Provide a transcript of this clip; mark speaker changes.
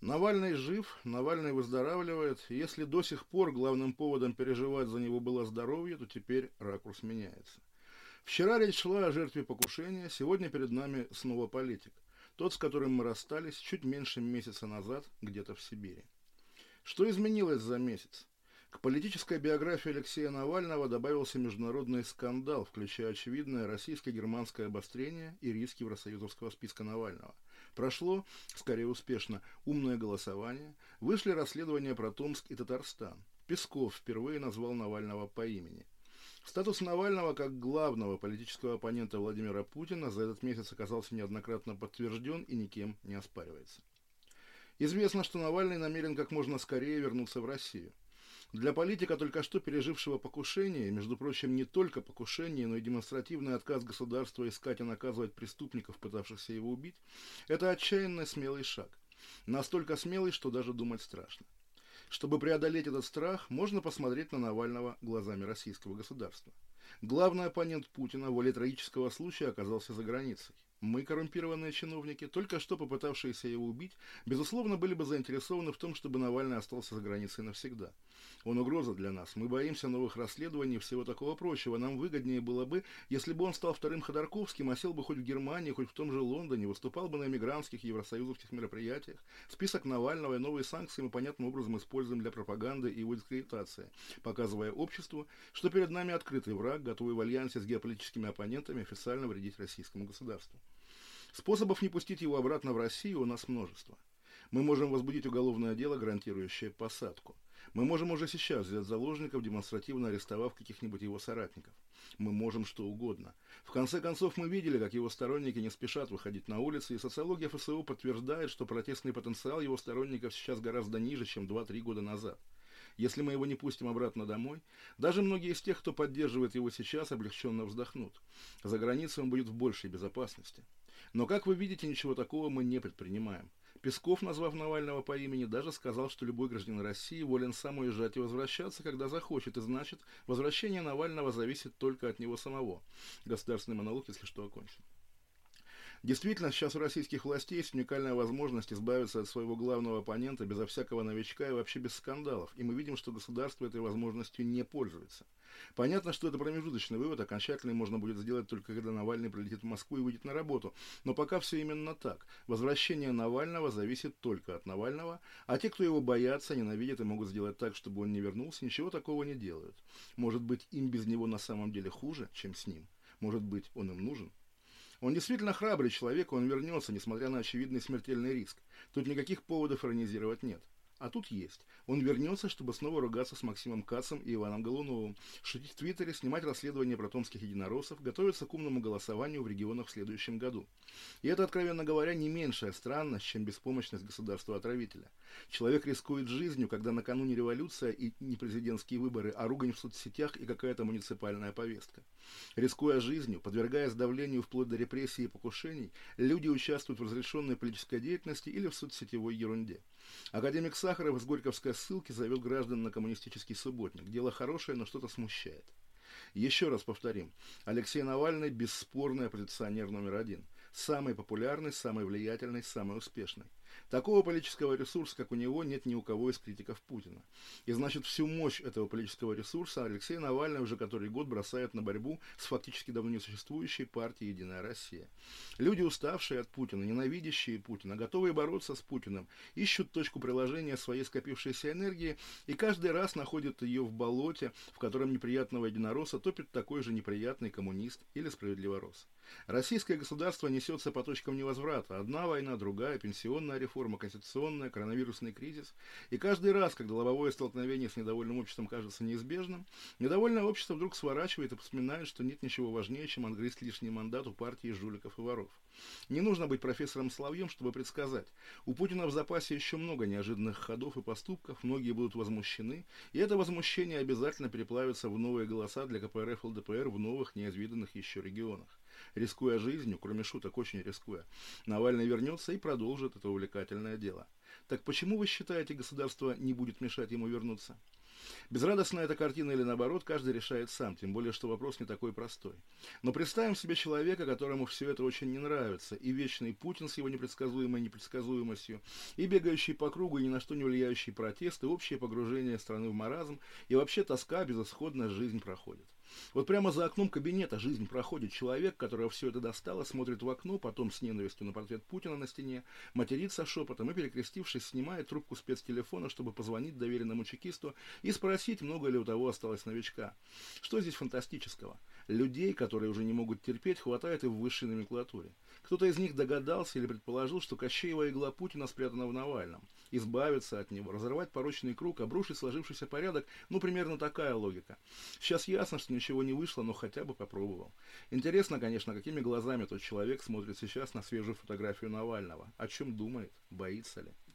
Speaker 1: Навальный жив, Навальный выздоравливает. Если до сих пор главным поводом переживать за него было здоровье, то теперь ракурс меняется. Вчера речь шла о жертве покушения, сегодня перед нами снова политик. Тот, с которым мы расстались чуть меньше месяца назад, где-то в Сибири. Что изменилось за месяц? К политической биографии Алексея Навального добавился международный скандал, включая очевидное российско-германское обострение и риски евросоюзовского списка Навального. Прошло, скорее успешно, умное голосование, вышли расследования про Томск и Татарстан. Песков впервые назвал Навального по имени. Статус Навального как главного политического оппонента Владимира Путина за этот месяц оказался неоднократно подтвержден и никем не оспаривается. Известно, что Навальный намерен как можно скорее вернуться в Россию. Для политика, только что пережившего покушение, между прочим, не только покушение, но и демонстративный отказ государства искать и наказывать преступников, пытавшихся его убить, это отчаянно смелый шаг. Настолько смелый, что даже думать страшно. Чтобы преодолеть этот страх, можно посмотреть на Навального глазами российского государства. Главный оппонент Путина в воле трагического случая оказался за границей. Мы, коррумпированные чиновники, только что попытавшиеся его убить, безусловно, были бы заинтересованы в том, чтобы Навальный остался за границей навсегда. Он угроза для нас. Мы боимся новых расследований и всего такого прочего. Нам выгоднее было бы, если бы он стал вторым Ходорковским, осел бы хоть в Германии, хоть в том же Лондоне, выступал бы на эмигрантских евросоюзовских мероприятиях. Список Навального и новые санкции мы понятным образом используем для пропаганды и его дискредитации, показывая обществу, что перед нами открытый враг, готовый в альянсе с геополитическими оппонентами официально вредить российскому государству. Способов не пустить его обратно в Россию у нас множество. Мы можем возбудить уголовное дело, гарантирующее посадку. Мы можем уже сейчас взять заложников, демонстративно арестовав каких-нибудь его соратников. Мы можем что угодно. В конце концов, мы видели, как его сторонники не спешат выходить на улицы, и социология ФСО подтверждает, что протестный потенциал его сторонников сейчас гораздо ниже, чем 2-3 года назад. Если мы его не пустим обратно домой, даже многие из тех, кто поддерживает его сейчас, облегченно вздохнут. За границей он будет в большей безопасности. Но, как вы видите, ничего такого мы не предпринимаем. Песков, назвав Навального по имени, даже сказал, что любой гражданин России волен сам уезжать и возвращаться, когда захочет, и значит, возвращение Навального зависит только от него самого. Государственный монолог, если что, окончен. Действительно, сейчас у российских властей есть уникальная возможность избавиться от своего главного оппонента безо всякого новичка и вообще без скандалов, и мы видим, что государство этой возможностью не пользуется. Понятно, что это промежуточный вывод, окончательный можно будет сделать только когда Навальный прилетит в Москву и выйдет на работу, но пока все именно так. Возвращение Навального зависит только от Навального, а те, кто его боятся, ненавидят и могут сделать так, чтобы он не вернулся, ничего такого не делают. Может быть, им без него на самом деле хуже, чем с ним? Может быть, он им нужен? Он действительно храбрый человек, он вернется, несмотря на очевидный смертельный риск. Тут никаких поводов иронизировать нет. А тут есть. Он вернется, чтобы снова ругаться с Максимом Кацем и Иваном Голуновым, шутить в Твиттере, снимать расследование про томских единороссов, готовиться к умному голосованию в регионах в следующем году. И это, откровенно говоря, не меньшая странность, чем беспомощность государства-отравителя. Человек рискует жизнью, когда накануне революция и не президентские выборы, а ругань в соцсетях и какая-то муниципальная повестка. Рискуя жизнью, подвергаясь давлению вплоть до репрессий и покушений, люди участвуют в разрешенной политической деятельности или в соцсетевой ерунде. Академик Сахаров из Горьковской ссылки зовет граждан на коммунистический субботник. Дело хорошее, но что-то смущает. Еще раз повторим. Алексей Навальный – бесспорный оппозиционер номер один. Самый популярный, самый влиятельный, самый успешный. Такого политического ресурса, как у него, нет ни у кого из критиков Путина. И значит, всю мощь этого политического ресурса Алексей Навальный уже который год бросает на борьбу с фактически давно несуществующей партией «Единая Россия». Люди, уставшие от Путина, ненавидящие Путина, готовые бороться с Путиным, ищут точку приложения своей скопившейся энергии и каждый раз находят ее в болоте, в котором неприятного единоросса топит такой же неприятный коммунист или справедливорос. Российское государство несется по точкам невозврата. Одна война, другая, пенсионная реформа, конституционная, коронавирусный кризис. И каждый раз, когда лобовое столкновение с недовольным обществом кажется неизбежным, недовольное общество вдруг сворачивает и вспоминает, что нет ничего важнее, чем отгрызть лишний мандат у партии жуликов и воров. Не нужно быть профессором Соловьем, чтобы предсказать. У Путина в запасе еще много неожиданных ходов и поступков, многие будут возмущены, и это возмущение обязательно переплавится в новые голоса для КПРФ и ЛДПР в новых, неизведанных еще регионах. рискуя жизнью, кроме шуток, очень рискуя, Навальный вернется и продолжит это увлекательное дело. Так почему вы считаете, государство не будет мешать ему вернуться? Безрадостная эта картина или наоборот, каждый решает сам, тем более, что вопрос не такой простой. Но представим себе человека, которому все это очень не нравится, и вечный Путин с его непредсказуемой непредсказуемостью, и бегающий по кругу, и ни на что не влияющий протест, и общее погружение страны в маразм, и вообще тоска, безысходная жизнь проходит. Вот прямо за окном кабинета жизнь проходит человек, которого все это достало, смотрит в окно, потом с ненавистью на портрет Путина на стене, матерится шепотом и, перекрестившись, снимает трубку спецтелефона, чтобы позвонить доверенному чекисту и спросить, много ли у того осталось новичка. Что здесь фантастического? Людей, которые уже не могут терпеть, хватает и в высшей номенклатуре. Кто-то из них догадался или предположил, что Кощеева игла Путина спрятана в Навальном. Избавиться от него, разорвать порочный круг, обрушить сложившийся порядок, ну, примерно такая логика. Сейчас ясно, что ничего не вышло, но хотя бы попробовал. Интересно, конечно, какими глазами тот человек смотрит сейчас на свежую фотографию Навального. О чем думает? Боится ли?